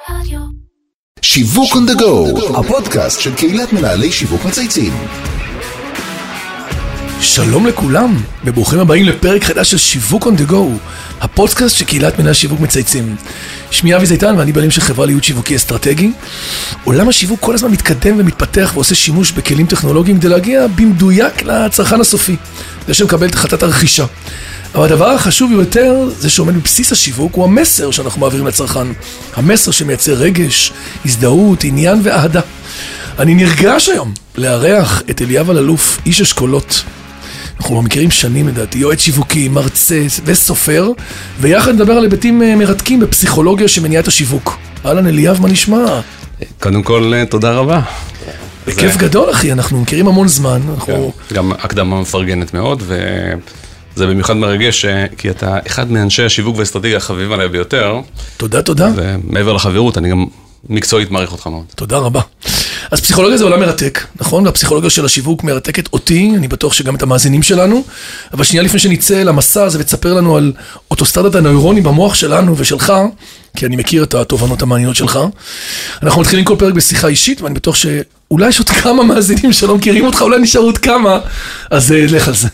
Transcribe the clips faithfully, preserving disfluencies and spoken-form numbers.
שיווק on the go, הפודקאסט של קהילת מנהלי שיווק מצייצים. שלום לכולם, וברוכים הבאים לפרק חדש של שיווק on the go, הפודקאסט של קהילת מנהלי שיווק מצייצים. שמי אבי זיתן ואני בעלים של חברה לייעוץ שיווקי אסטרטגי. עולם השיווק כל הזמן מתקדם ומתפתח ועושה שימוש בכלים טכנולוגיים כדי להגיע במדויק לצרכן הסופי, זה שמקבל את החלטת הרכישה. אבל הדבר החשוב יותר זה שעומד בבסיס השיווק הוא המסר שאנחנו מעבירים לצרכן. המסר שמייצר רגש, הזדהות, עניין ואהדה. אני נרגש היום לארח את אליאב אלאלוף, איש אשכולות. אנחנו מכירים שנים לדעתי, יועץ שיווקי, מרצה וסופר, ויחד נדבר על היבטים מרתקים בפסיכולוגיה שמניעה השיווק. אהלן אליאב, מה נשמע? קודם כל, תודה רבה. בכיף גדול אחי, אנחנו מכירים המון זמן. אנחנו... גם הקדמה מפרגנת מאוד, וזה במיוחד מרגש, כי אתה אחד מאנשי השיווק והאסטרטגיה החביבים עליי ביותר. תודה, תודה. ומעבר לחברות, אני גם מקצועית מעריך אותך מאוד. תודה רבה. אז פסיכולוגיה זה עולם מרתק, נכון? והפסיכולוגיה של השיווק מרתקת אותי, אני בטוח שגם את המאזינים שלנו, אבל שנייה לפני שנצא למסע הזה ותספר לנו על אוטוסטרדת הנוירונים במוח שלנו ושלך, כי אני מכיר את התובנות המעניינות שלך, אנחנו מתחילים כל פרק בשיחה אישית, ואני בטוח שאולי יש עוד כמה מאזינים שלא מכירים אותך, אולי נשארו עוד כמה, אז לך על זה.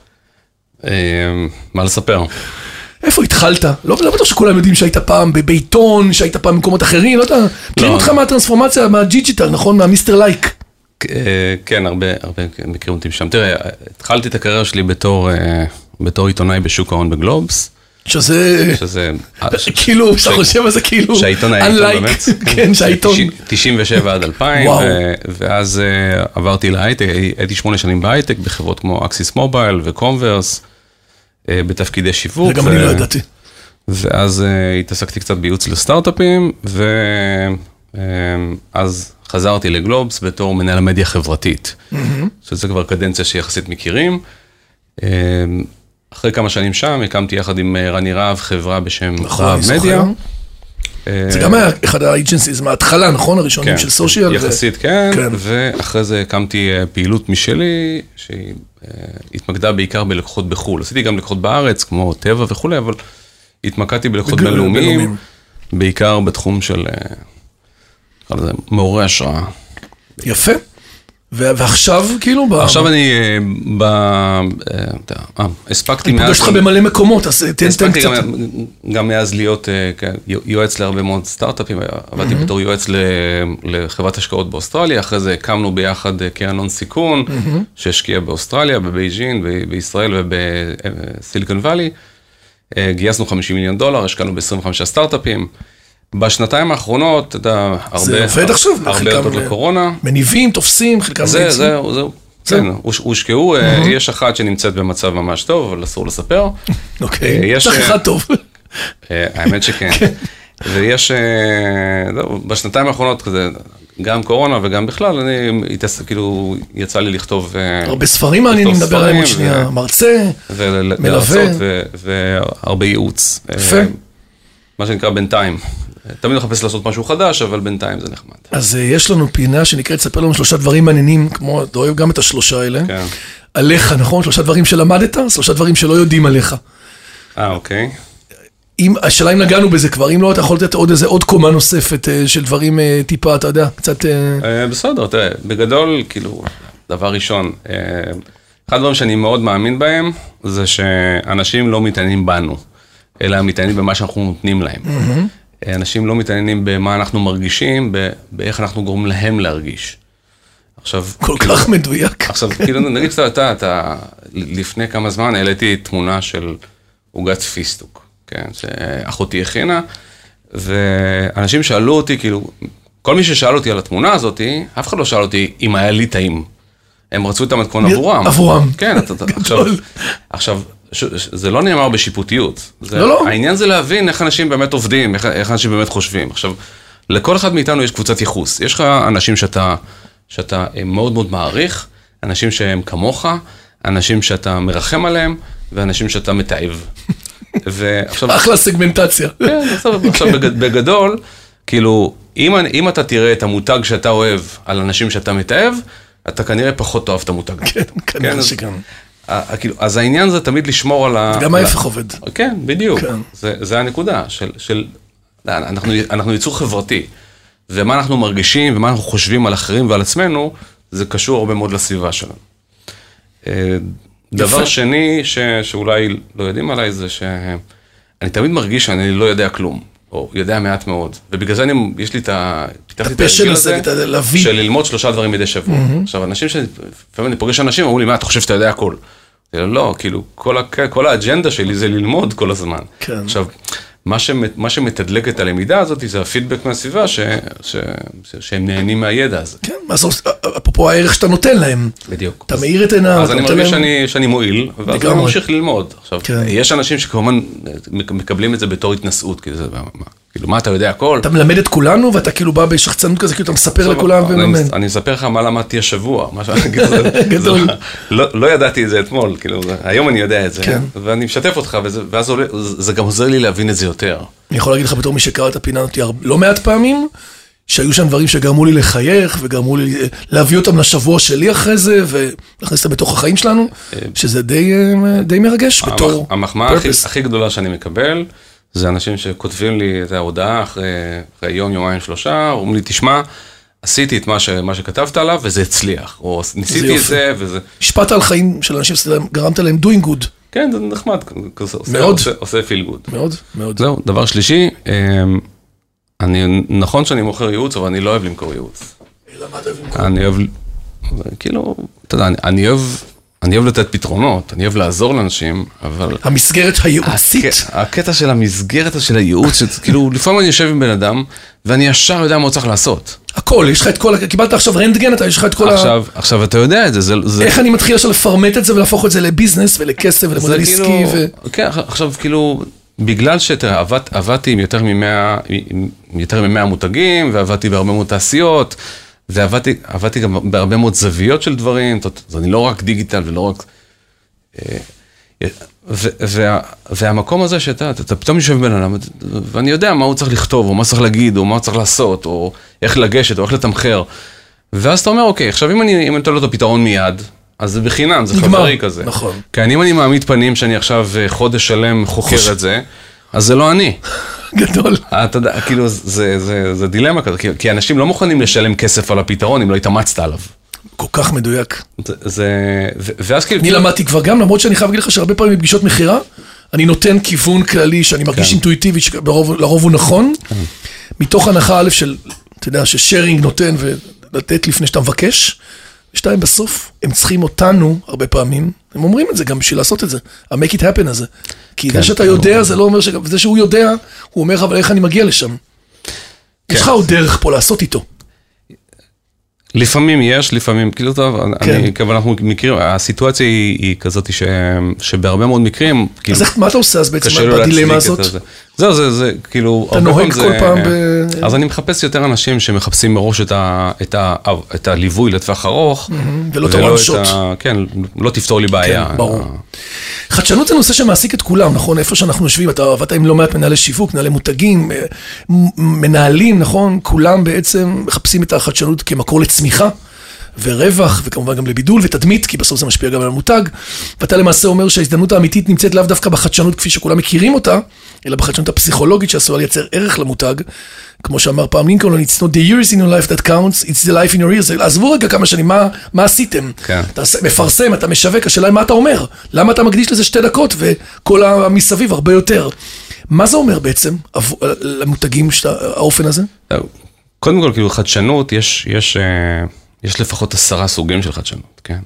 מה לספר? איפה התחלת? לא, לא בטוח שכולם יודעים שהיית פעם בביתון, שהיית פעם במקומות אחרים, לא יודע, מכירים אותך מהטרנספורמציה, מהדיג'יטל, נכון? מהמיסטר לייק. כן, הרבה, הרבה מכירים אותי שם. תראה, התחלתי את הקריירה שלי בתור, בתור עיתונאי בשוק ההון בגלובס. שזה, שזה, כאילו, שאתה חושב על זה כאילו, שהעיתון העיתון באמת. כן, שהעיתון. תשעים ושבע עד אלפיים, ואז עברתי להייטק, הייתי שמונה שנים בהייטק, בחברות כמו אקסיס מובייל וקומברס, בתפקידי שיווק. וגם אני לא ידעתי. ואז התעסקתי קצת בייעוץ לסטארט-אפים, ואז חזרתי לגלובס בתור מנהל המדיה חברתית, שזה כבר קדנציה שיחסית מכירים. אחרי כמה שנים שם, הקמתי יחד עם רני רהב חברה בשם רהב מדיה. זה גם היה אחד האג'נסיז מההתחלה, נכון? הראשונים של סושיאל. יחסית, כן. ואחרי זה הקמתי פעילות משלי, שהיא התמקדה בעיקר בלקוחות בחו"ל. עשיתי גם לקוחות בארץ, כמו טבע וכו', אבל התמקדתי בלקוחות בינלאומיים, בעיקר בתחום של מעוררי השראה. יפה. ועכשיו, כאילו, עכשיו אני, הספקתי מאז... אני פוגש לך במלא מקומות, אז תן קצת... גם מאז להיות יועץ להרבה מאוד סטארט-אפים, עבדתי בתור יועץ לחברת השקעות באוסטרליה, אחרי זה הקמנו ביחד קרן הון סיכון, שהשקיע באוסטרליה, בבייג'ין, בישראל ובסיליקון ואלי. גייסנו חמישים מיליון דולר, השקענו ב-עשרים וחמישה סטארט-אפים. בשנתיים האחרונות, אתה יודע, הרבה הרבה לקורונה. מניבים, תופסים, חלקם זה, זהו, זהו. כן, הושקעו, יש אחת שנמצאת במצב ממש טוב, אבל אסור לספר. אוקיי, צריך אחד טוב. האמת שכן. ויש, בשנתיים האחרונות, גם קורונה וגם בכלל, אני, כאילו, יצא לי לכתוב... הרבה ספרים מעניינים, נדבר עליהם עוד שנייה, מרצה, מלווה. והרבה ייעוץ. יפה. מה שנקרא בינתיים. תמיד מחפש לעשות משהו חדש, אבל בינתיים זה נחמד. אז יש לנו פינה שנקראת, תספר לנו שלושה דברים מעניינים, כמו, אתה אוהב גם את השלושה האלה. כן. עליך, נכון? שלושה דברים שלמדת, שלושה דברים שלא יודעים עליך. אה, אוקיי. אם, השאלה אם נגענו בזה כבר, אם לא, אתה יכול לתת עוד איזה, עוד קומה נוספת של דברים טיפה, אתה יודע, קצת... בסדר, תראה, בגדול, כאילו, דבר ראשון, אחד הדברים שאני מאוד מאמין בהם, זה שאנשים לא מתעניינים בנו. אלא מתעניינים במה שאנחנו נותנים להם. אנשים לא מתעניינים במה אנחנו מרגישים, באיך אנחנו גורמים להם להרגיש. עכשיו... כל כך מדויק. עכשיו, כאילו, נגיד שאתה, אתה, לפני כמה זמן העליתי תמונה של עוגת פיסטוק, כן, שאחותי הכינה, ואנשים שאלו אותי, כאילו, כל מי ששאל אותי על התמונה הזאת, אף אחד לא שאל אותי אם היה לי טעים. הם רצו את המתכון עבורם. עבורם. כן, עכשיו, עכשיו, זה לא נאמר בשיפוטיות. לא, לא. העניין זה להבין איך אנשים באמת עובדים, איך אנשים באמת חושבים. עכשיו, לכל אחד מאיתנו יש קבוצת ייחוס. יש לך אנשים שאתה, שאתה מאוד מאוד מעריך, אנשים שהם כמוך, אנשים שאתה מרחם עליהם, ואנשים שאתה מתעב. אחלה סגמנטציה. כן, עכשיו בגדול, כאילו, אם אתה תראה את המותג שאתה אוהב על אנשים שאתה מתעב, אתה כנראה פחות תאהב את המותג. כן, כנראה שגם. אז העניין זה תמיד לשמור על ה... גם ההפך עובד. כן, בדיוק. זה הנקודה של אנחנו, אנחנו ייצור חברתי, ומה אנחנו מרגישים ומה אנחנו חושבים על אחרים ועל עצמנו, זה קשור הרבה מאוד לסביבה שלנו. דבר שני, ש, שאולי לא יודעים עליי, זה שאני תמיד מרגיש שאני לא יודע כלום, או יודע מעט מאוד, ובגלל זה אני, יש לי את ה... פיתחתי את הרגיל הזה, של ללמוד שלושה דברים מדי שבוע. עכשיו, אנשים ש... לפעמים אני פוגש אנשים, אמרו לי, מה, אתה חושב שאתה יודע הכל? לא, כאילו, כל, כל האג'נדה שלי זה ללמוד כל הזמן. כן. עכשיו, מה, שמת, מה שמתדלק את הלמידה הזאת, זה הפידבק מהסביבה, ש, ש, ש, שהם נהנים מהידע הזה. כן, אז אפרופו הערך שאתה נותן להם. בדיוק. אתה מאיר את עיניו. אז אני מרגיש שאני, שאני מועיל, ואז אני ממשיך ללמוד. עכשיו, כן. יש אנשים שכמובן מקבלים את זה בתור התנסות, כי זה, מה, כאילו, מה אתה יודע הכל? אתה מלמד את כולנו, ואתה כאילו בא בשחצנות כזה, כאילו אתה מספר לכולם ומלמד. אני אספר לך מה למדתי השבוע, מה שאני אגיד, גדול. לא ידעתי את זה אתמול, כאילו, היום אני יודע את זה, ואני משתף אותך, ואז זה גם עוזר לי להבין את זה יותר. אני יכול להגיד לך בתור מי שקרא את הפינה אותי לא מעט פעמים, שהיו שם דברים שגרמו לי לחייך, וגרמו לי להביא אותם לשבוע שלי אחרי זה, ולהכניס אותם בתוך החיים שלנו, שזה די מרגש בתור. המחמאה הכי גדולה שאני מקבל, זה אנשים שכותבים לי את ההודעה אחרי יום, יומיים, שלושה, אומרים לי, תשמע, עשיתי את מה שכתבת עליו, וזה הצליח, או ניסיתי את זה, וזה... השפעת על חיים של אנשים שגרמת להם doing good. כן, זה נחמד, עושה feel good. מאוד, מאוד. זהו, דבר שלישי, נכון שאני מוכר ייעוץ, אבל אני לא אוהב למכור ייעוץ. אלא מה אתה אוהב למכור? אני אוהב, כאילו, אתה יודע, אני אוהב... אני אוהב לתת פתרונות, אני אוהב לעזור לאנשים, אבל... המסגרת הייעוצית. הקטע של המסגרת של הייעוץ, כאילו, לפעמים אני יושב עם בן אדם, ואני ישר יודע מה הוא צריך לעשות. הכל, יש לך את כל... קיבלת עכשיו רנטגן, אתה יש לך את כל ה... עכשיו, אתה יודע את זה, זה... איך אני מתחיל עכשיו לפרמט את זה, ולהפוך את זה לביזנס, ולכסף, ולמודל עסקי, ו... כן, עכשיו, כאילו, בגלל שעבדתי עם יותר ממאה, יותר ממאה מותגים, ועבדתי בהרבה מאוד תעשיות, ועבדתי, עבדתי גם בהרבה מאוד זוויות של דברים, אז אני לא רק דיגיטל ולא רק... וה, והמקום הזה שאתה, אתה פתאום יושב בן אדם, ואני יודע מה הוא צריך לכתוב, או מה צריך להגיד, או מה הוא צריך לעשות, או איך לגשת, או איך לתמחר. ואז אתה אומר, אוקיי, עכשיו אם אני, אם אני תולה לו את הפתרון מיד, אז זה בחינם, זה חברי כזה. נכון. כי אם אני מעמיד פנים שאני עכשיו חודש שלם חוקר את זה, אז זה לא אני. גדול. אתה יודע, כאילו, זה, זה, זה דילמה כזה, כי אנשים לא מוכנים לשלם כסף על הפתרון, אם לא התאמצת עליו. כל כך מדויק. זה, זה, ואז כאילו... אני למדתי כבר גם, למרות שאני חייב להגיד לך שהרבה פעמים בפגישות מחירה, אני נותן כיוון כללי שאני מרגיש אינטואיטיבי, שלרוב הוא נכון, מתוך הנחה א' של, אתה יודע, ששרינג נותן ולתת לפני שאתה מבקש, ושתיים בסוף, הם צריכים אותנו הרבה פעמים, הם אומרים את זה גם בשביל לעשות את זה, ה-make it happen הזה. כי זה שאתה יודע, זה לא אומר שגם, זה שהוא יודע, הוא אומר, אבל איך אני מגיע לשם? יש לך עוד דרך פה לעשות איתו. לפעמים יש, לפעמים, כאילו טוב, אני, אבל אנחנו מכירים, הסיטואציה היא כזאת שבהרבה מאוד מקרים, אז מה אתה עושה אז בעצם בדילמה הזאת? זהו, זה, זה, כאילו... אתה נוהג כל פעם ב... אז אני מחפש יותר אנשים שמחפשים מראש את הליווי לטווח ארוך, ולא את הרמשות. כן, לא תפתור לי בעיה. ברור. חדשנות זה נושא שמעסיק את כולם, נכון? איפה שאנחנו יושבים, אתה עבדת עם לא מעט מנהלי שיווק, מנהלי מותגים, מנהלים, נכון? כולם בעצם מחפשים את החדשנות כמקור לצמיחה ורווח, וכמובן גם לבידול ותדמית, כי בסוף זה משפיע גם על המותג. ואתה למעשה אומר שההזדמנות האמיתית נמצאת לאו דווקא בחדשנות כפי שכולם מכירים אותה, אלא בחדשנות הפסיכולוגית שעשויה לייצר ערך למותג. כמו שאמר פעם לינקולן, it's not the years in your life that counts, it's the life in your years. עזבו רגע כמה שנים, מה, מה עשיתם? כן. אתה מפרסם, אתה משווק, השאלה היא מה אתה אומר? למה אתה מקדיש לזה שתי דקות וכל המסביב הרבה יותר? מה זה אומר בעצם למותגים שאתה, האופן הזה? קודם כל, כאילו, חדשנות, יש, יש, יש לפחות עשרה סוגים של חדשנות, כן?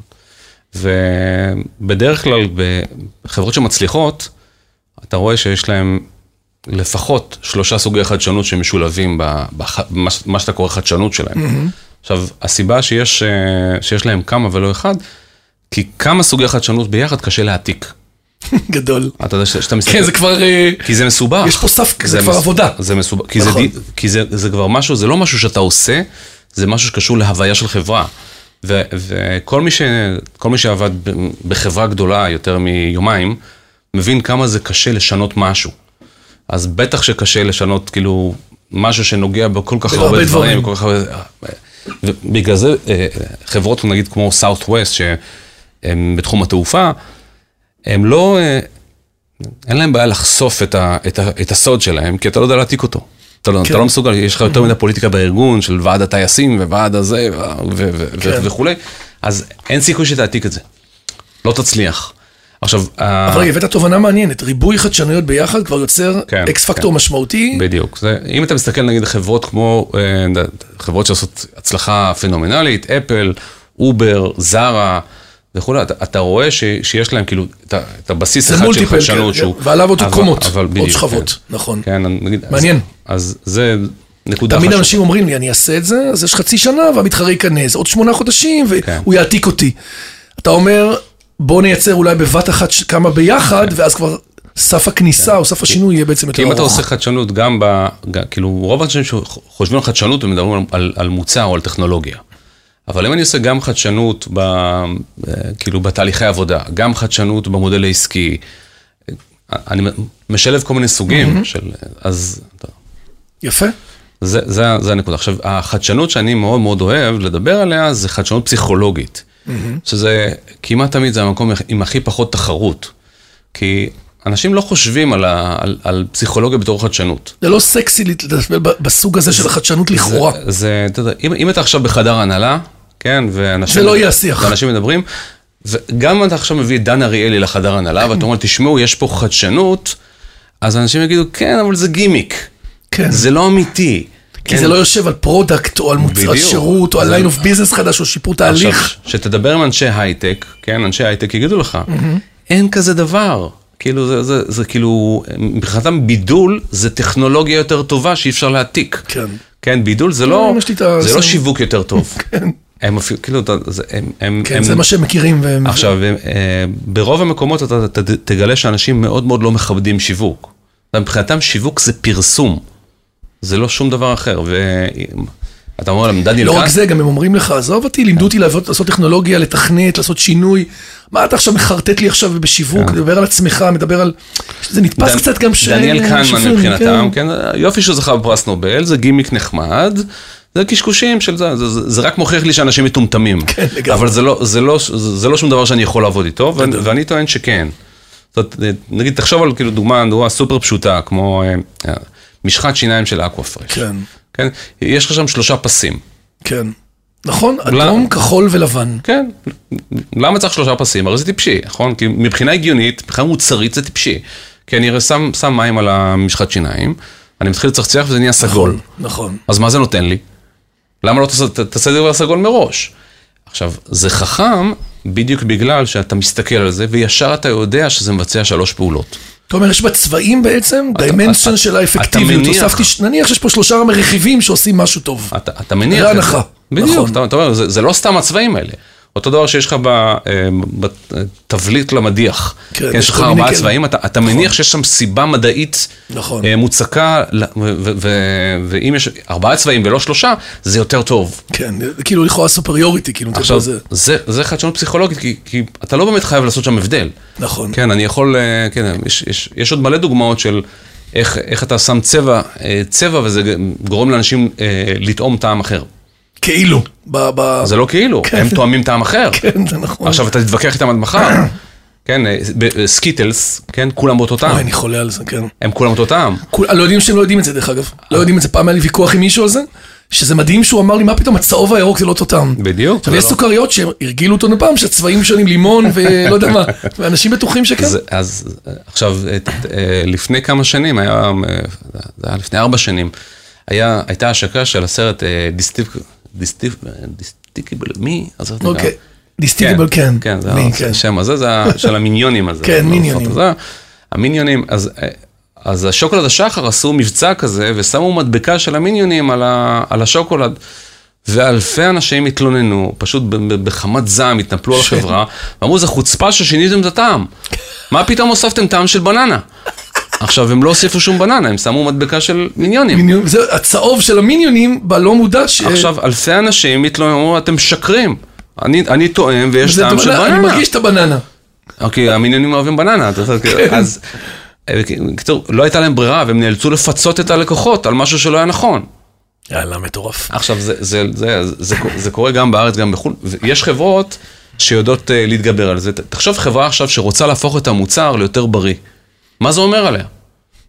ובדרך כלל, בחברות שמצליחות, אתה רואה שיש להם לפחות שלושה סוגי חדשנות שמשולבים במה שאתה קורא חדשנות שלהם. עכשיו, הסיבה שיש, שיש להם כמה ולא אחד, כי כמה סוגי חדשנות ביחד קשה להעתיק. גדול. אתה יודע שאתה מסתכל... כן, זה כבר... כי זה מסובך. יש פה סף, זה כבר עבודה. זה מסובך, כי זה כבר משהו, זה לא משהו שאתה עושה, זה משהו שקשור להוויה של חברה. וכל מי ש... כל מי שעבד בחברה גדולה יותר מיומיים, מבין כמה זה קשה לשנות משהו. אז בטח שקשה לשנות, כאילו, משהו שנוגע בכל כך הרבה דברים. בכל כך הרבה... ובגלל זה, חברות, נגיד, כמו Southwest, שהם בתחום התעופה, הם לא... אין להם בעיה לחשוף את, ה, את, ה, את הסוד שלהם, כי אתה לא יודע להעתיק אותו. אתה לא, כן. אתה לא מסוגל, יש לך יותר מדי פוליטיקה בארגון של ועד הטייסים וועד הזה כן. וכו'. אז אין סיכוי שתעתיק את זה. לא תצליח. עכשיו... אבל רגע, הבאת תובנה מעניינת, ריבוי חדשנויות ביחד כבר יוצר כן, אקס פקטור כן. משמעותי. בדיוק. זה, אם אתה מסתכל נגיד חברות כמו, חברות שעושות הצלחה פנומנלית, אפל, אובר, זרה, וכו', אתה, אתה רואה ש, שיש להם כאילו את, את הבסיס אחד של חדשנות כן, שהוא... ועליו עוד קומות, אבל בדיוק, עוד שכבות, כן. נכון. כן, נגיד, מעניין. אז, אז זה נקודה תמיד חשוב. אנשים אומרים לי, אני אעשה את זה, אז יש חצי שנה והמתחרה ייכנס, עוד שמונה חודשים והוא כן. יעתיק אותי. אתה אומר, בוא נייצר אולי בבת אחת כמה ביחד, כן. ואז כבר סף הכניסה כן. או סף השינוי יהיה בעצם יותר ארוך. ארוך. אם אתה עושה חדשנות גם ב... כאילו, רוב האנשים שחושבים על חדשנות, הם מדברים על, על מוצר או על טכנולוגיה. אבל אם אני עושה גם חדשנות ב, כאילו בתהליכי עבודה, גם חדשנות במודל העסקי, אני משלב כל מיני סוגים של, אז... יפה. זה, זה, זה הנקודה. עכשיו, החדשנות שאני מאוד מאוד אוהב לדבר עליה, זה חדשנות פסיכולוגית. שזה כמעט תמיד זה המקום עם הכי פחות תחרות. כי אנשים לא חושבים על, ה, על, על פסיכולוגיה בתור חדשנות. זה לא סקסי להתדבר בסוג הזה של החדשנות לכאורה. זה, זה, אתה יודע, אם, אם אתה עכשיו בחדר הנהלה, כן, ואנשים... זה לא יהיה השיח. ואנשים מדברים, וגם אם אתה עכשיו מביא את דן אריאלי לחדר הנהלה, ואתה אומר, תשמעו, יש פה חדשנות, אז אנשים יגידו, כן, אבל זה גימיק. כן. זה לא אמיתי. כי זה לא יושב על פרודקט, או על מוצר שירות, או על ליין אוף ביזנס חדש, או שיפור תהליך. עכשיו, שתדבר עם אנשי הייטק, כן, אנשי הייטק יגידו לך, אין כזה דבר. כאילו, זה, זה, זה כאילו, מבחינתם בידול, זה טכנולוגיה יותר טובה שאי אפשר להעתיק. כן. כן, בידול זה לא, זה לא שיווק יותר טוב. כן. הם אפילו, כאילו, הם, הם... כן, זה מה שהם מכירים. עכשיו, ברוב המקומות אתה תגלה שאנשים מאוד מאוד לא מכבדים שיווק. מבחינתם שיווק זה פרסום. זה לא שום דבר אחר, ואתה אומר להם, דניאל... לא רק זה, גם הם אומרים לך, עזוב אותי, לימדו אותי לעשות טכנולוגיה, לתכנת, לעשות שינוי, מה אתה עכשיו מחרטט לי עכשיו בשיווק, מדבר על עצמך, מדבר על... זה נתפס קצת גם ש... דניאל קנמן מבחינתם, יופי שזכה בפרס נובל, זה גימיק נחמד, זה קשקושים של זה, זה רק מוכיח לי שאנשים מטומטמים, אבל זה לא שום דבר שאני יכול לעבוד איתו, ואני טוען שכן. נגיד, תחשוב על דוגמה סופר פשוטה, כמו... משחת שיניים של אקוואפרש. כן. כן? יש לך שם שלושה פסים. כן. נכון? אדום, כחול ולבן. כן. למה צריך שלושה פסים? הרי זה טיפשי, נכון? כי מבחינה הגיונית, מבחינה מוצרית זה טיפשי. כי אני שם, שם מים על המשחת שיניים, אני מתחיל לצחצח וזה נהיה סגול. נכון. אז מה זה נותן לי? למה לא תעשה דבר סגול מראש? עכשיו, זה חכם בדיוק בגלל שאתה מסתכל על זה, וישר אתה יודע שזה מבצע שלוש פעולות. אתה אומר, יש בצבעים בעצם, דיימנשן של האפקטיביות, נניח שיש פה שלושה רכיבים שעושים משהו טוב. אתה מניח את זה. בדיוק, אתה אומר, זה לא סתם הצבעים האלה. אותו דבר שיש לך בתבליט למדיח. יש לך ארבעה צבעים, אתה מניח שיש שם סיבה מדעית מוצקה, ואם יש ארבעה צבעים ולא שלושה, זה יותר טוב. כן, כאילו לכאורה סופריוריטי. עכשיו, זה חדשנות פסיכולוגית, כי אתה לא באמת חייב לעשות שם הבדל. נכון. כן, אני יכול, כן, יש עוד מלא דוגמאות של איך אתה שם צבע, צבע וזה גורם לאנשים לטעום טעם אחר. כאילו. זה לא כאילו, הם טועמים טעם אחר. כן, זה נכון. עכשיו אתה תתווכח איתם עד מחר. כן, סקיטלס, כן, כולם באותו טעם. אני חולה על זה, כן. הם כולם באותו טעם. לא יודעים שהם לא יודעים את זה, דרך אגב. לא יודעים את זה, פעם היה לי ויכוח עם מישהו על זה, שזה מדהים שהוא אמר לי, מה פתאום, הצהוב והירוק זה לא אותו טעם. בדיוק. עכשיו, יש סוכריות שהרגילו אותנו פעם, שהצבעים שונים לימון ולא יודע מה, ואנשים בטוחים שכן. אז עכשיו, לפני כמה שנים, היה, זה היה לפני ארבע שנים, הייתה השקה של הסרט דיסטיקיבל, מי? אוקיי, דיסטיקיבל כן. כן, זה השם הזה, זה של המיניונים הזה. כן, מיניונים. המיניונים, אז השוקולד השחר עשו מבצע כזה, ושמו מדבקה של המיניונים על השוקולד, ואלפי אנשים התלוננו, פשוט בחמת זעם, התנפלו על החברה, ואמרו, זה חוצפה ששיניתם את הטעם. מה פתאום הוספתם טעם של בננה? עכשיו, הם לא הוסיפו שום בננה, הם שמו מדבקה של מיניונים. זה הצהוב של המיניונים בלא מודע ש... עכשיו, אלפי אנשים מתלוננו, אתם שקרים. אני טועם ויש טעם של בננה. אני מרגיש את הבננה. אוקיי, המיניונים אוהבים בננה. אז, קצור, לא הייתה להם ברירה, והם נאלצו לפצות את הלקוחות על משהו שלא היה נכון. יאללה, מטורף. עכשיו, זה קורה גם בארץ, גם בחו"ל. יש חברות שיודעות להתגבר על זה. תחשוב חברה עכשיו שרוצה להפוך את המוצר ליותר בריא. מה זה אומר עליה?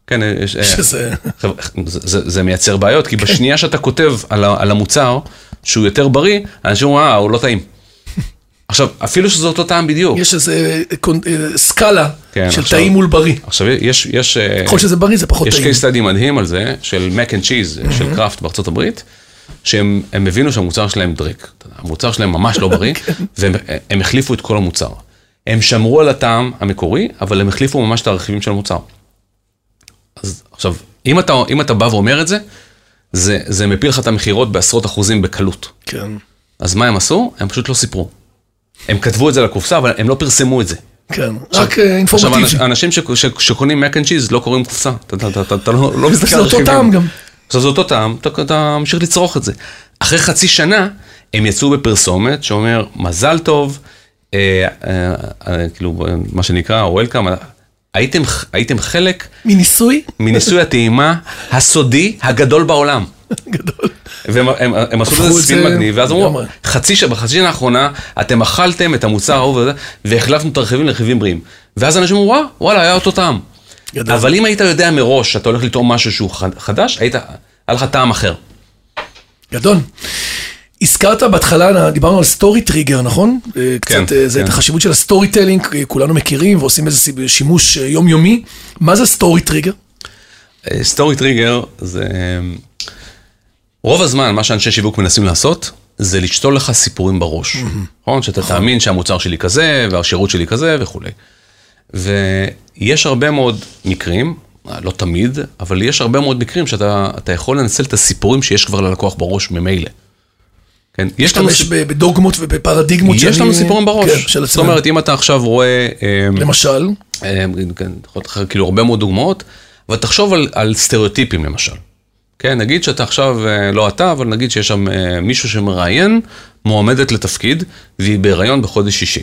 כן, יש, שזה... זה, זה, זה מייצר בעיות, כי בשנייה שאתה כותב על, על המוצר, שהוא יותר בריא, אנשים אומרים, אה, הוא לא טעים. עכשיו, אפילו שזה אותו טעם בדיוק. יש איזה סקאלה כן, של עכשיו, טעים מול בריא. עכשיו, יש... יש ככל שזה בריא, זה פחות יש טעים. יש case study מדהים על זה, של mac and cheese, של קראפט בארצות הברית, שהם הם הבינו שהמוצר שלהם דריק. המוצר שלהם ממש לא בריא, והם החליפו את כל המוצר. הם שמרו על הטעם המקורי, אבל הם החליפו ממש את הרכיבים של המוצר. אז עכשיו, אם אתה, אם אתה בא ואומר את זה, זה, זה מפיל לך את המחירות בעשרות אחוזים בקלות. כן. אז מה הם עשו? הם פשוט לא סיפרו. הם כתבו את זה לקופסה, אבל הם לא פרסמו את זה. כן, רק אינפורמטיבי. עכשיו, אנשים שקונים mac and cheese לא קוראים קופסה. אתה לא מסתכל על רכיבים. זה אותו טעם גם. עכשיו, זה אותו טעם, אתה ממשיך לצרוך את זה. אחרי חצי שנה, הם יצאו בפרסומת שאומר, מזל טוב, כאילו, מה שנקרא, וולקאם, הייתם, הייתם חלק... מניסוי? מניסוי הטעימה הסודי הגדול בעולם. גדול. והם הם, הם עשו את זה ספין מגניב, ואז אמרו, חצי שנה, בחצי שנה האחרונה, אתם אכלתם את המוצר ההוא וזה, והחלפנו את הרכיבים לרכיבים בריאים. ואז אנשים אמרו, וואלה, היה אותו טעם. גדול. אבל אם היית יודע מראש שאתה הולך לטעום משהו שהוא חדש, היית, היה לך טעם אחר. גדול. הזכרת בהתחלה, דיברנו על סטורי טריגר, נכון? כן. קצת, זה את החשיבות של הסטורי טלינג, כולנו מכירים ועושים איזה שימוש יומיומי. מה זה סטורי טריגר? סטורי טריגר זה... רוב הזמן, מה שאנשי שיווק מנסים לעשות, זה לשתול לך סיפורים בראש. נכון? שאתה תאמין שהמוצר שלי כזה, והשירות שלי כזה וכו'. ויש הרבה מאוד מקרים, לא תמיד, אבל יש הרבה מאוד מקרים שאתה יכול לנצל את הסיפורים שיש כבר ללקוח בראש ממילא. כן, יש לנו בדוגמות ובפרדיגמות יש לנו סיפורים בראש. זאת אומרת, אם אתה עכשיו רואה... למשל? כאילו הרבה מאוד דוגמאות, אבל תחשוב על סטריאוטיפים למשל. כן, נגיד שאתה עכשיו, לא אתה, אבל נגיד שיש שם מישהו שמראיין, מועמדת לתפקיד, והיא בהיריון בחודש שישי.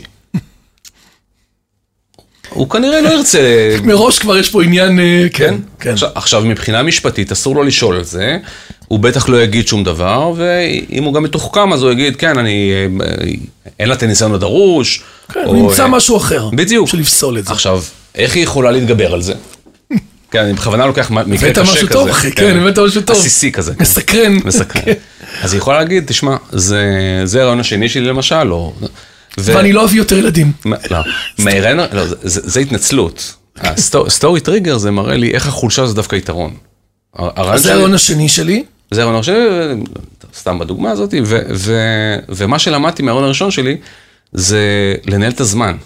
הוא כנראה לא ירצה... מראש כבר יש פה עניין... כן, כן. עכשיו, מבחינה משפטית, אסור לו לשאול על זה, הוא בטח לא יגיד שום דבר, ואם הוא גם מתוחכם, אז הוא יגיד, כן, אני... אין לה את הניסיון הדרוש. כן, הוא נמצא משהו אחר. בדיוק. של לפסול את זה. עכשיו, איך היא יכולה להתגבר על זה? כן, אני בכוונה לוקח מקרה קשה כזה. משהו טוב, אחי, כן, הבאת משהו טוב. עסיסי כזה. מסקרן. מסקרן. אז היא יכולה להגיד, תשמע, זה הרעיון השני שלי למשל, או... ואני לא אביא יותר ילדים. לא, מהירן, לא, זה התנצלות. הסטורי טריגר זה מראה לי איך החולשה זה דווקא יתרון. זה הרעיון השני שלי? זה הרעיון השני, סתם בדוגמה הזאת, ומה שלמדתי מהרעיון הראשון שלי, זה לנהל את הזמן.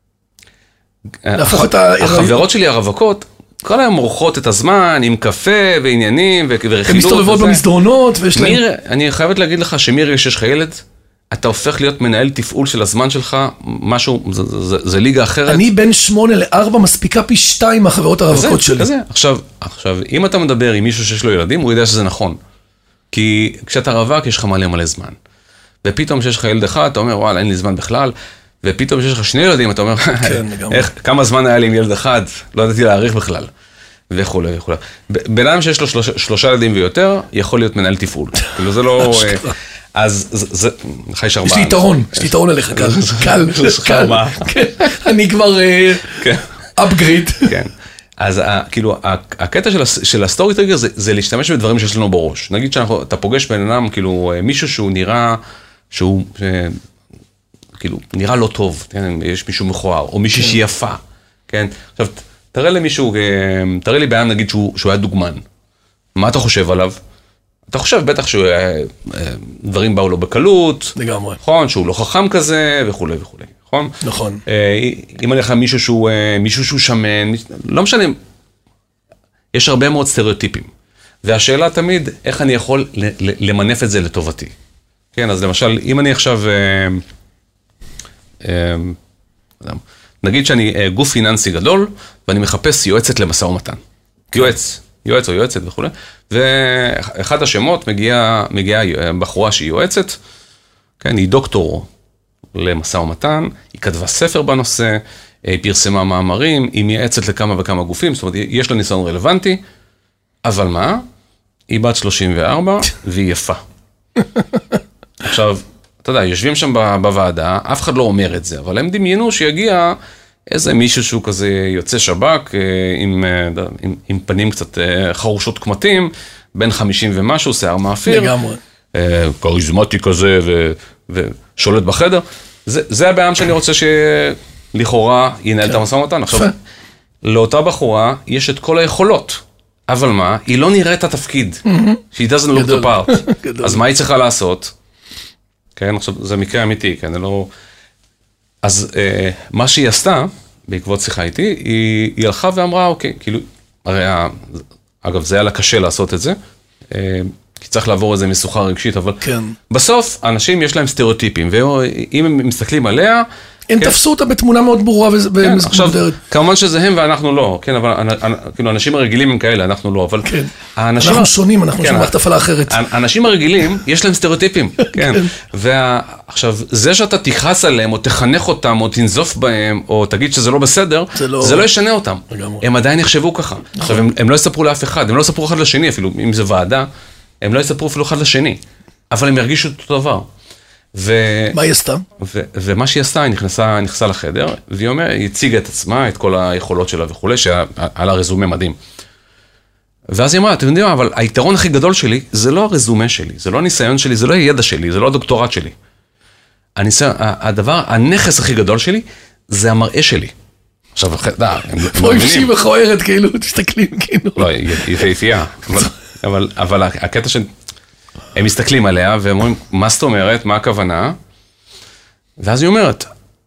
להפוך את ה... החברות שלי הרווקות, כל היום מורחות את הזמן עם קפה ועניינים ורכילות. הן מסתובבות במסדרונות ויש להם... אני חייבת להגיד לך שמרגע שיש לך ילד, אתה הופך להיות מנהל תפעול של הזמן שלך, משהו, זה, זה, זה ליגה אחרת. אני בין שמונה לארבע מספיקה פי שתיים מהחברות הרווקות שלי. כזה, עכשיו, עכשיו, אם אתה מדבר עם מישהו שיש לו ילדים, הוא יודע שזה נכון. כי כשאתה רווק, יש לך מלא מלא זמן. ופתאום שיש לך ילד אחד, אתה אומר, וואלה, אין לי זמן בכלל. ופתאום שיש לך שני ילדים, אתה אומר, איך, כמה זמן היה לי עם ילד אחד, לא ידעתי להעריך בכלל. וכו' וכו'. בן אדם שיש לו שלושה, שלושה ילדים ויותר, יכול להיות מנהל תפעול. כאילו זה לא... אז זה, לך יש ארבעה. יש לי יתרון, יש לי יתרון עליך, קל, קל, קל. אני כבר אפגריד. כן. אז כאילו, הקטע של הסטורי טריגר זה להשתמש בדברים שיש לנו בראש. נגיד שאתה פוגש בן אדם, כאילו, מישהו שהוא נראה, שהוא, כאילו, נראה לא טוב, יש מישהו מכוער, או מישהי שהיא יפה, כן? עכשיו, תראה למישהו, תראה לי בעיה, נגיד שהוא היה דוגמן. מה אתה חושב עליו? אתה חושב בטח שדברים באו לו בקלות, לגמרי. נכון, שהוא לא חכם כזה וכו' וכו', נכון? נכון. אם אני לך מישהו שהוא, מישהו שהוא שמן, לא משנה, יש הרבה מאוד סטריאוטיפים. והשאלה תמיד, איך אני יכול למנף את זה לטובתי. כן, אז למשל, אם אני עכשיו, נגיד שאני גוף פיננסי גדול, ואני מחפש יועצת למשא ומתן. יועץ. יועץ או יועצת וכו'. ואחד השמות מגיעה, מגיעה בחורה שהיא יועצת, כן, היא דוקטור למשא ומתן, היא כתבה ספר בנושא, היא פרסמה מאמרים, היא מייעצת לכמה וכמה גופים, זאת אומרת, יש לה ניסיון רלוונטי, אבל מה? היא בת שלושים וארבע והיא יפה. עכשיו, אתה יודע, יושבים שם בוועדה, אף אחד לא אומר את זה, אבל הם דמיינו שיגיע איזה מישהו שהוא כזה יוצא שב"כ, עם, עם, עם פנים קצת חרושות קמטים, בין חמישים ומשהו, שיער מאפיר. לגמרי. קריזמטי כזה ו, ושולט בחדר. זה, זה הבעיה שאני רוצה שלכאורה ינהל את המשא ומתן. עכשיו, לאותה בחורה יש את כל היכולות, אבל מה? היא לא נראית את התפקיד. She doesn't look the part. אז מה היא צריכה לעשות? כן, עכשיו, זה מקרה אמיתי, כן, זה לא... אז אה, מה שהיא עשתה, בעקבות שיחה איתי, היא, היא הלכה ואמרה, אוקיי, כאילו, הרי, אגב, זה היה לה קשה לעשות את זה, אה, כי צריך לעבור איזה משוכה רגשית, אבל כן. בסוף, אנשים יש להם סטריאוטיפים, ואם הם מסתכלים עליה... הם כן. תפסו אותה בתמונה מאוד ברורה כן, עכשיו, כמובן שזה הם ואנחנו לא, כן, אבל כאילו, האנשים הרגילים הם כאלה, אנחנו לא, אבל... כן. האנשים... אנחנו שונים, אנחנו כן, שונים מערכת הפעלה אחרת. האנשים הרגילים, יש להם סטריאוטיפים, כן. ועכשיו, זה שאתה תכעס עליהם, או תחנך אותם, או תנזוף בהם, או תגיד שזה לא בסדר, זה לא, זה לא ישנה אותם. לגמרי. הם עדיין יחשבו ככה. עכשיו, הם, הם לא יספרו לאף אחד, הם לא יספרו אחד לשני אפילו, אם זה ועדה, הם לא יספרו אפילו אחד לשני, אבל הם ירגישו אותו דבר. ו... מה היא עשתה? ו... ומה שהיא עשתה, היא נכנסה, נכנסה לחדר, והיא אומרת, היא הציגה את עצמה, את כל היכולות שלה וכו', שהיה לה רזומה מדהים. ואז היא אמרה, אתם יודעים מה, אבל היתרון הכי גדול שלי, זה לא הרזומה שלי, זה לא הניסיון שלי, זה לא הידע שלי, זה לא הדוקטורט שלי. הניסיון, הדבר, הנכס הכי גדול שלי, זה המראה שלי. עכשיו, דה, הם לא מבינים. שהיא מכוערת, כאילו, תסתכלים, כאילו. לא, היא יפהפייה. אבל, אבל הקטע של... הם מסתכלים עליה ואומרים, מה זאת אומרת, מה הכוונה? ואז היא אומרת,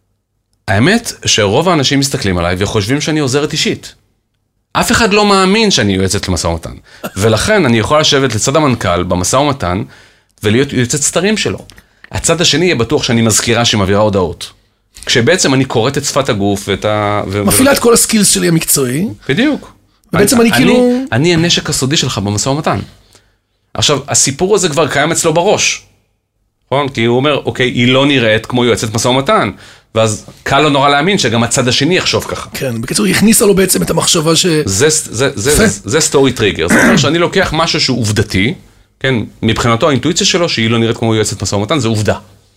האמת שרוב האנשים מסתכלים עליי וחושבים שאני עוזרת אישית. אף אחד לא מאמין שאני יועצת למשא ומתן. ולכן אני יכול לשבת לצד המנכ"ל במשא ומתן ולהיות יועצת סתרים שלו. הצד השני יהיה בטוח שאני מזכירה שמעבירה הודעות. כשבעצם אני קוראת את שפת הגוף ואת ה... מפעילה את כל הסקילס שלי המקצועי. בדיוק. ובעצם אני כאילו... אני הנשק הסודי שלך במשא ומתן. עכשיו, הסיפור הזה כבר קיים אצלו בראש, נכון? כי הוא אומר, אוקיי, היא לא נראית כמו יועצת משא ומתן, ואז קל לו נורא להאמין שגם הצד השני יחשוב ככה. כן, בקיצור, היא הכניסה לו בעצם את המחשבה ש... זה, זה, זה, זה סטורי טריגר, זאת אומרת שאני לוקח משהו שהוא עובדתי, כן, מבחינתו האינטואיציה שלו, שהיא לא נראית כמו יועצת משא ומתן, זה עובדה.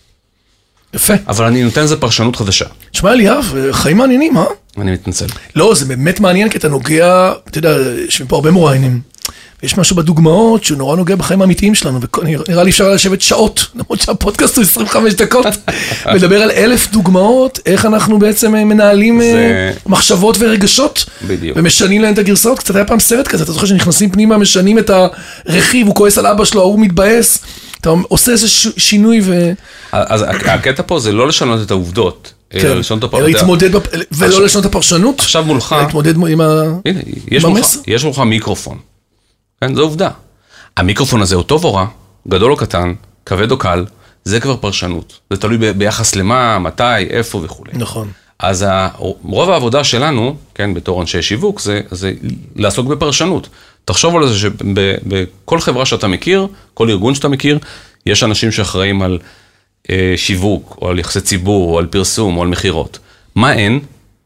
יפה. אבל אני נותן לזה פרשנות חדשה. תשמע אליאב, חיים מעניינים, אה? אני מתנצל. לא, זה באמת מעניין, כי אתה נוגע, אתה יודע, יש פה הרבה מוראיינים. ויש משהו בדוגמאות שהוא נורא נוגע בחיים האמיתיים שלנו, ונראה לי אפשר לשבת שעות, למרות שהפודקאסט הוא עשרים וחמש דקות, מדבר על אלף דוגמאות, איך אנחנו בעצם מנהלים זה... מחשבות ורגשות, בדיוק. ומשנים להם את הגרסאות. קצת היה פעם סרט כזה, אתה זוכר שנכנסים פנימה, משנים את הרכיב, הוא כועס על אבא שלו, הוא מתבאס, אתה עושה איזה ש... שינוי ו... אז הקטע פה זה לא לשנות את העובדות, כן. אלא לשנות את הפרשנות. להתמודד, בפ... ולא עכשיו... לשנות את הפרשנות. עכשיו מולך... להתמודד עם ה... הנה, יש מולך, יש מולך מיקרופון. כן, זו עובדה. המיקרופון הזה הוא טוב או רע, גדול או קטן, כבד או קל, זה כבר פרשנות. זה תלוי ב- ביחס למה, מתי, איפה וכו'. נכון. אז ה- רוב העבודה שלנו, כן, בתור אנשי שיווק, זה, זה לעסוק בפרשנות. תחשוב על זה שבכל חברה שאתה מכיר, כל ארגון שאתה מכיר, יש אנשים שאחראים על אה, שיווק, או על יחסי ציבור, או על פרסום, או על מחירות. מה אין?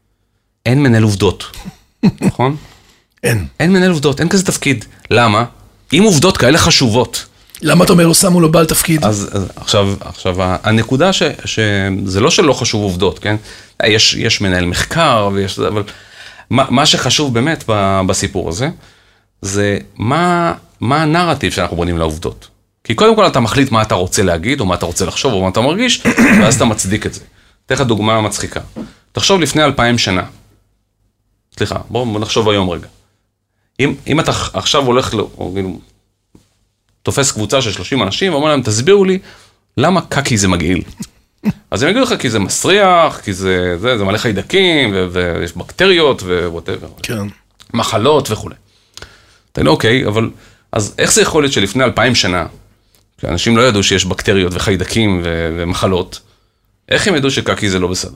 אין מנהל עובדות. נכון? אין. אין מנהל עובדות, אין כזה תפקיד. למה? אם עובדות כאלה חשובות. למה אתה אומר, לא שמו לו בעל תפקיד? אז, אז עכשיו, עכשיו, הנקודה ש, שזה לא שלא חשוב עובדות, כן? יש, יש מנהל מחקר, ויש, אבל מה, מה שחשוב באמת בסיפור הזה, זה מה, מה הנרטיב שאנחנו בונים לעובדות. כי קודם כל אתה מחליט מה אתה רוצה להגיד, או מה אתה רוצה לחשוב, או מה אתה מרגיש, ואז אתה מצדיק את זה. אתן לך דוגמה מצחיקה. תחשוב לפני אלפיים שנה. סליחה, בואו נחשוב היום רגע. אם, אם אתה עכשיו הולך, או, כאילו, תופס קבוצה של שלושים אנשים, ואומר להם, תסבירו לי, למה קקי זה מגעיל? אז הם יגידו לך, כי זה מסריח, כי זה, זה, זה מלא חיידקים, ו- ויש בקטריות, ווואטאבר. כן. מחלות וכו'. אתה יודע, אוקיי, אבל, אז איך זה יכול להיות שלפני אלפיים שנה, שאנשים לא ידעו שיש בקטריות וחיידקים ו- ומחלות, איך הם ידעו שקקי זה לא בסדר?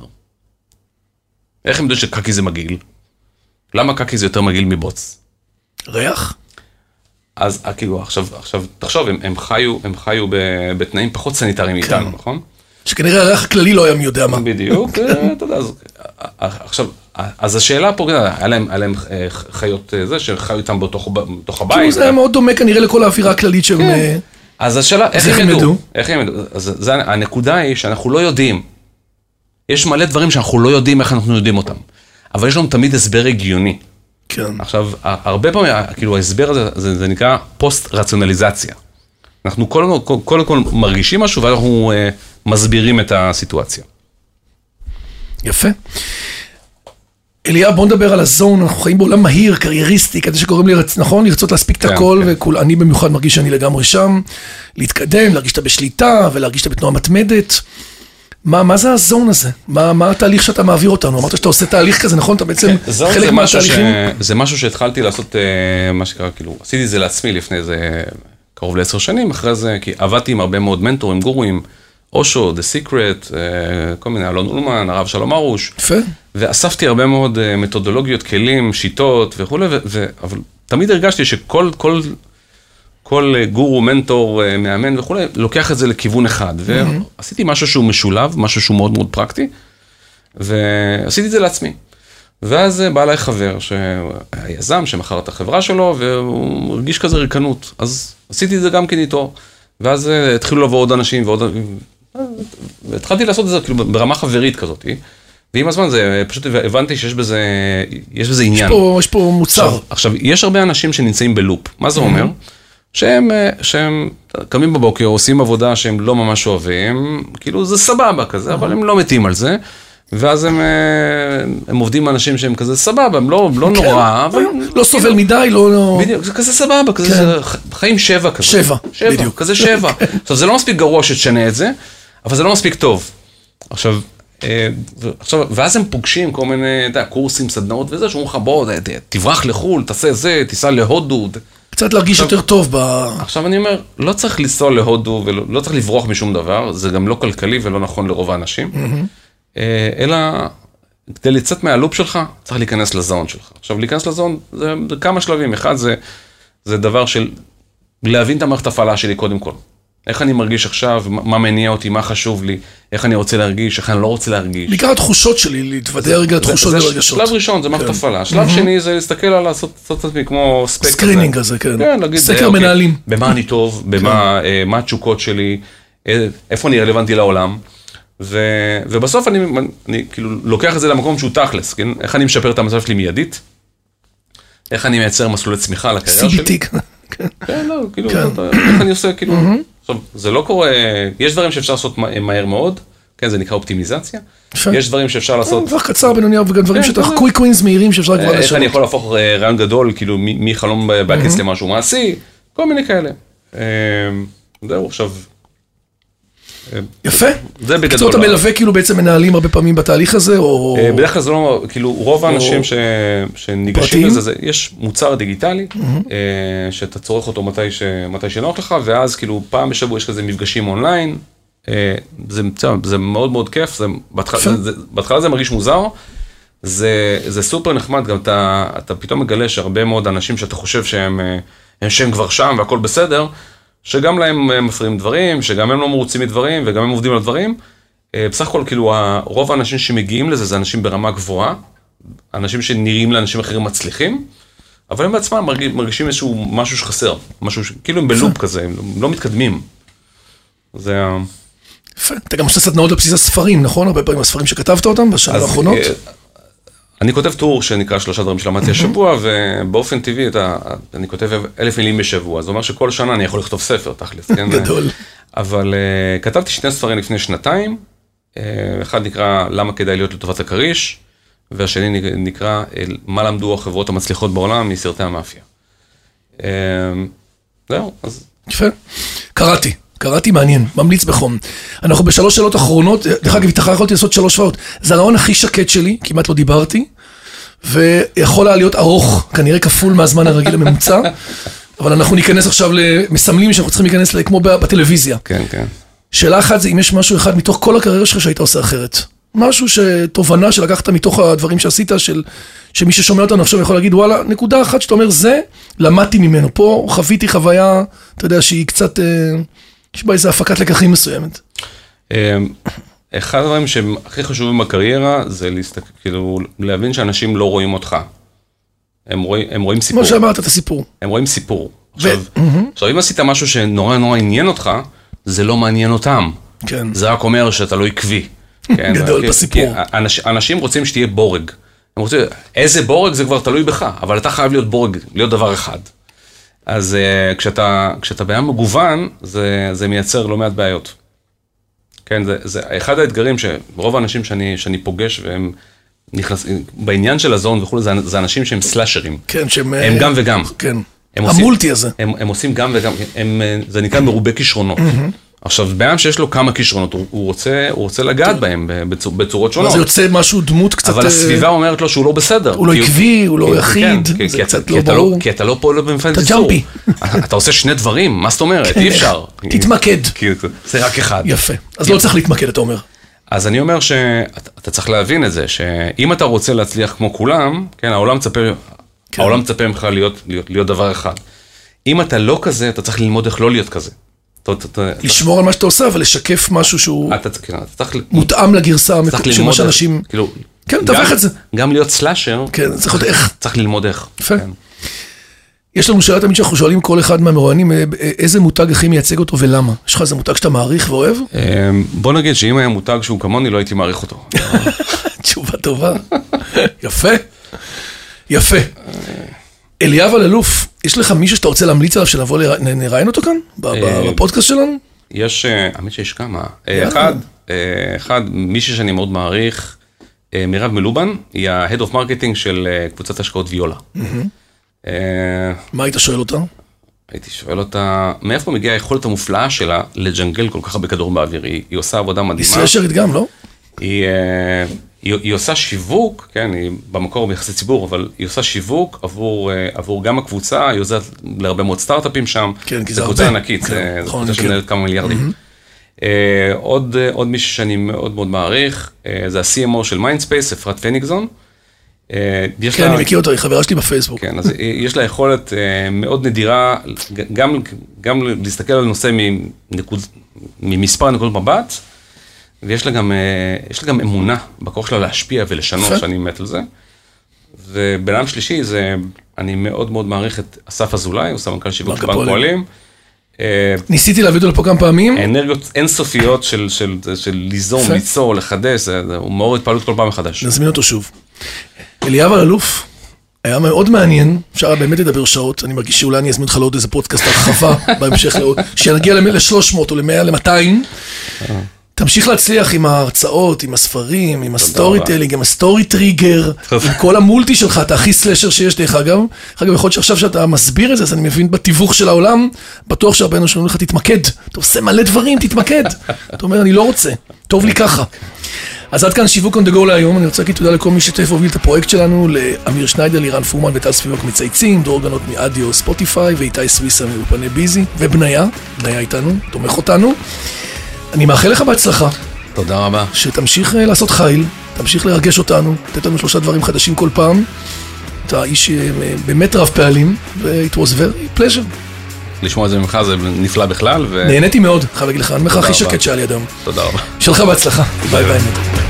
איך הם ידעו שקקי זה מגעיל? למה קקי זה יותר מגעיל מבוץ? ריח? אז כאילו, עכשיו, עכשיו, תחשוב, הם, הם חיו, הם חיו בתנאים פחות סניטריים כן. איתנו, נכון? שכנראה הריח הכללי לא היה מי יודע מה. בדיוק, אתה יודע, אז, עכשיו, אז השאלה פה, היה להם, היה להם חיות זה, שחיו איתם בתוך, בתוך הבית. כאילו זה היה מאוד דומה כנראה לכל האווירה הכללית שהם... כן. אז השאלה, איך הם ידעו? איך הם ידעו? אז זה, הנקודה היא שאנחנו לא יודעים. יש מלא דברים שאנחנו לא יודעים איך אנחנו יודעים אותם. אבל יש לנו תמיד הסבר הגיוני. כן. עכשיו, הרבה פעמים, כאילו, ההסבר הזה, זה, זה נקרא פוסט-רציונליזציה. אנחנו קודם כל, קודם כל מרגישים משהו, ואנחנו אה, מסבירים את הסיטואציה. יפה. אליה, בוא נדבר על הזון, אנחנו חיים בעולם מהיר, קרייריסטי, כזה שקוראים לי, נכון, לרצות להספיק את הכל, ואני במיוחד מרגיש שאני לגמרי שם, להתקדם, להרגיש שאתה בשליטה, ולהרגיש שאתה בתנועה מתמדת. מה, מה זה הזון הזה? מה, מה התהליך שאתה מעביר אותנו? אמרת שאתה עושה תהליך כזה, נכון? אתה בעצם חלק מהתהליכים? זה משהו שהתחלתי לעשות, מה שקרה, כאילו, עשיתי את זה לעצמי לפני איזה קרוב לעשר שנים, אחרי זה, כי עבדתי עם הרבה מאוד מנטורים, גורואים, אושו, The Secret, כל מיני, אלון אולמן, הרב שלום ארוש. יפה. ואספתי הרבה מאוד מתודולוגיות, כלים, שיטות וכו', אבל תמיד הרגשתי שכל, כל, כל גורו, מנטור, מאמן וכו', לוקח את זה לכיוון אחד. ועשיתי משהו שהוא משולב, משהו שהוא מאוד מאוד פרקטי, ועשיתי את זה לעצמי. ואז בא אליי חבר, שהיה יזם, שמכר את החברה שלו, והוא הרגיש כזה ריקנות. אז עשיתי את זה גם כן איתו, ואז התחילו לבוא עוד אנשים, ועוד... והתחלתי לעשות את זה כאילו ברמה חברית כזאת. ועם הזמן זה, פשוט הבנתי שיש בזה, יש בזה עניין. יש פה, יש פה מוצר. עכשיו, עכשיו, יש הרבה אנשים שנמצאים בלופ. מה זה אומר? שהם, שהם קמים בבוקר, עושים עבודה שהם לא ממש אוהבים, כאילו זה סבבה כזה, אבל הם לא מתים על זה. ואז הם, הם עובדים עם אנשים שהם כזה סבבה, הם לא, לא נורא, אבל... לא סובל מדי, לא... בדיוק, זה כזה סבבה, כזה חיים שבע כזה. שבע, בדיוק. כזה שבע. עכשיו, זה לא מספיק גרוע שתשנה את זה, אבל זה לא מספיק טוב. עכשיו, עכשיו, ואז הם פוגשים כל מיני, אתה יודע, קורסים, סדנאות וזה, שאומרים לך, בוא, תברח לחול, תעשה זה, תיסע להודו. קצת להרגיש יותר טוב ב... עכשיו אני אומר, לא צריך לנסוע להודו, ולא צריך לברוח משום דבר, זה גם לא כלכלי ולא נכון לרוב האנשים. אלא כדי לצאת מהלופ שלך, צריך להיכנס לזון שלך. עכשיו, להיכנס לזון, זה, זה כמה שלבים. אחד, זה, זה דבר של להבין את המערכת הפעלה שלי קודם כל. איך אני מרגיש עכשיו, מה מניע אותי, מה חשוב לי, איך אני רוצה להרגיש, איך אני לא רוצה להרגיש. בעיקר התחושות שלי, להתוודע רגע התחושות ורגשות. שלב ראשון, זה מערכת הפעלה. שלב שני, זה להסתכל על לעשות את עצמי כמו ספק. סקרינינג הזה, כן. כן, להגיד, סקר מנהלים. במה אני טוב, במה, מה התשוקות שלי, איפה אני רלוונטי לעולם. ו, ובסוף אני, אני כאילו לוקח את זה למקום שהוא תכלס, כן? איך אני משפר את המצב שלי מיידית, איך אני מייצר מסלולי צמיחה לקריירה שלי. סי בי טי. כן, לא, כאילו, איך אני עושה, כאילו, עכשיו, זה לא קורה, יש דברים שאפשר לעשות מהר מאוד, כן, זה נקרא אופטימיזציה, יש דברים שאפשר לעשות... דבר קצר בינוני, וגם דברים שאתה קוויק ווינס מהירים שאפשר כבר לשנות. איך אני יכול להפוך רעיון גדול, כאילו, מחלום בהקיץ למשהו מעשי, כל מיני כאלה. זהו, עכשיו... יפה. זה בגדול. קצות המלווה כאילו בעצם מנהלים הרבה פעמים בתהליך הזה, או... בדרך כלל זה לא, כאילו רוב האנשים שניגשים לזה, יש מוצר דיגיטלי, שאתה צורך אותו מתי שנוח לך, ואז כאילו פעם בשבוע יש כזה מפגשים אונליין, זה מאוד מאוד כיף, בהתחלה זה מרגיש מוזר, זה סופר נחמד, גם אתה פתאום מגלה שהרבה מאוד אנשים שאתה חושב שהם כבר שם והכל בסדר, שגם להם מפריעים דברים, שגם הם לא מרוצים מדברים, וגם הם עובדים על דברים. בסך הכל, כאילו, רוב האנשים שמגיעים לזה, זה אנשים ברמה גבוהה, אנשים שנראים לאנשים אחרים מצליחים, אבל הם בעצמם מרגישים איזשהו משהו שחסר, משהו ש... כאילו הם בלופ כזה, הם לא מתקדמים. זה ה... יפה. אתה גם עושה סדנאות על בסיס הספרים, נכון? הרבה פעמים הספרים שכתבת אותם בשנה האחרונות? אני כותב טור שנקרא שלושה דברים שלמדתי השבוע, ובאופן טבעי אני כותב אלף מילים בשבוע, זאת אומרת שכל שנה אני יכול לכתוב ספר, תכלס, כן? גדול. אבל כתבתי שני ספרים לפני שנתיים, אחד נקרא למה כדאי להיות לטובת הכריש, והשני נקרא מה למדו החברות המצליחות בעולם מסרטי המאפיה. זהו, אז... יפה. קראתי. קראתי מעניין, ממליץ בחום. אנחנו בשלוש שאלות אחרונות, דרך אגב, איתך יכולתי לעשות שלוש שעות. זה הרעיון הכי שקט שלי, כמעט לא דיברתי, ויכול היה להיות ארוך, כנראה כפול מהזמן הרגיל הממוצע, אבל אנחנו ניכנס עכשיו למסמלים שאנחנו צריכים להיכנס כמו בטלוויזיה. כן, כן. שאלה אחת זה אם יש משהו אחד מתוך כל הקריירה שלך שהיית עושה אחרת. משהו שתובנה שלקחת מתוך הדברים שעשית, של, שמי ששומע אותנו עכשיו יכול להגיד, וואלה, נקודה אחת שאתה אומר, זה, למדתי ממנו. פה חוויתי חוויה, אתה יודע, שהיא קצת... יש בה איזו הפקת לקחים מסוימת. אחד הדברים שהם הכי חשובים בקריירה, זה להסתכל, כאילו, להבין שאנשים לא רואים אותך. הם רואים, הם רואים סיפור. כמו שאמרת את הסיפור. הם רואים סיפור. עכשיו, עכשיו, אם עשית משהו שנורא נורא עניין אותך, זה לא מעניין אותם. כן. זה רק אומר שאתה לא עקבי. גדול בסיפור. אנשים רוצים שתהיה בורג. הם רוצים, איזה בורג זה כבר תלוי בך, אבל אתה חייב להיות בורג, להיות דבר אחד. אז uh, כשאתה, כשאתה בעיה מגוון, זה, זה מייצר לא מעט בעיות. כן, זה, זה אחד האתגרים שרוב האנשים שאני, שאני פוגש, והם נכנסים, בעניין של הזון וכו', זה, זה אנשים שהם סלאשרים. כן, שהם... הם גם וגם. כן, הם המולטי עושים, הזה. הם, הם עושים גם וגם, הם, זה נקרא מרובה כישרונות. עכשיו, בעם שיש לו כמה כישרונות, הוא, הוא רוצה, הוא רוצה לגעת בהם בצור, בצורות שונות. אז יוצא משהו, דמות קצת... אבל הסביבה אומרת לו שהוא לא בסדר. הוא לא עקבי, הוא לא יחיד, זה קצת לא ברור. כי אתה לא פועל במפעל ייצור. אתה עושה שני דברים, מה זאת אומרת? אי אפשר. תתמקד. זה רק אחד. יפה. אז לא צריך להתמקד, אתה אומר. אז אני אומר שאתה צריך להבין את זה, שאם אתה רוצה להצליח כמו כולם, כן, העולם מצפה, העולם מצפה ממך להיות דבר אחד. אם אתה לא כזה, אתה צריך ללמוד איך לא להיות כזה. לשמור על מה שאתה עושה ולשקף משהו שהוא מותאם לגרסה של מה שאנשים... כן, תווך את זה. גם להיות סלאשר, צריך ללמוד איך. יפה. יש לנו שאלה תמיד שאנחנו שואלים כל אחד מהמרואיינים, איזה מותג הכי מייצג אותו ולמה? יש לך איזה מותג שאתה מעריך ואוהב? בוא נגיד שאם היה מותג שהוא כמוני, לא הייתי מעריך אותו. תשובה טובה. יפה. יפה. אליאב אלאלוף, יש לך מישהו שאתה רוצה להמליץ עליו שנבוא לראיין אותו כאן? בפודקאסט שלנו? יש, האמת שיש כמה. אחד, אחד, מישהו שאני מאוד מעריך, מירב מלובן, היא ה-Head of Marketing של קבוצת השקעות ויולה. מה היית שואל אותה? הייתי שואל אותה, מאיפה מגיעה היכולת המופלאה שלה לג'נגל כל כך הרבה כדור באוויר? היא עושה עבודה מדהימה. היא סלשרית גם, לא? היא... היא, היא עושה שיווק, כן, היא במקור ביחסי ציבור, אבל היא עושה שיווק עבור, עבור גם הקבוצה, היא עוזרת להרבה מאוד סטארט-אפים שם, כן, זה קבוצה ענקית, כן, זה נכון, קבוצה כן. שמנהלת כמה מיליארדים. Mm-hmm. אה, עוד, עוד מישהו שאני מאוד מאוד מעריך, אה, זה ה-סי אם או של מיינדספייס, אפרת פניגזון. אה, כן, לה... אני מכיר אותו, היא חברה שלי בפייסבוק. כן, אז יש לה יכולת אה, מאוד נדירה, גם, גם להסתכל על נושא מנקוד, ממספר נקודות מבט, ויש לה גם, יש לה גם אמונה בכוח שלה להשפיע ולשנות, שאני מת על זה. ובעולם שלישי, זה, אני מאוד מאוד מעריך את אסף אזולאי, הוא סמנכ"ל שיווק בנק פועלים. ניסיתי להביא אותו לפה כמה פעמים. אנרגיות אינסופיות של, של, של ליזום, ליצור, לחדש, הוא מעורר התפעלות כל פעם מחדש. נזמין אותו שוב. אליאב אלאלוף, היה מאוד מעניין, אפשר באמת לדבר שעות, אני מרגיש שאולי אני אזמין אותך לעוד איזה פודקאסט הרחבה, בהמשך, שנגיע ל-שלוש מאות או ל-מאה, ל-מאתיים. תמשיך להצליח עם ההרצאות, עם הספרים, עם הסטורי טלינג, עם הסטורי טריגר, עם כל המולטי שלך, אתה הכי סלשר שיש דרך אגב. אגב, יכול להיות שעכשיו שאתה מסביר את זה, אז אני מבין בתיווך של העולם, בטוח שהרבנו שאומרים לך, תתמקד. אתה עושה מלא דברים, תתמקד. אתה אומר, אני לא רוצה, טוב לי ככה. אז עד כאן שיווק on the go להיום, אני רוצה להגיד תודה לכל מי שתף והוביל את הפרויקט שלנו, לאמיר שניידר, לירן פורמן וטל ספיבוק מצייצים, דרור גנות מאדיו ספוטיפיי, ואיתי סוויסה מאופני ביזי, ובניה, בניה איתנו, תומך אותנו. אני מאחל לך בהצלחה. תודה רבה. שתמשיך לעשות חיל, תמשיך לרגש אותנו, תתן לנו שלושה דברים חדשים כל פעם. אתה איש באמת רב פעלים, ו-it was very pleasure. לשמוע את זה ממך זה נפלא בכלל. נהניתי מאוד, חייב להגיד לך, אני ממך הכי שקט שהיה לי אדם. תודה רבה. שלך בהצלחה. ביי ביי.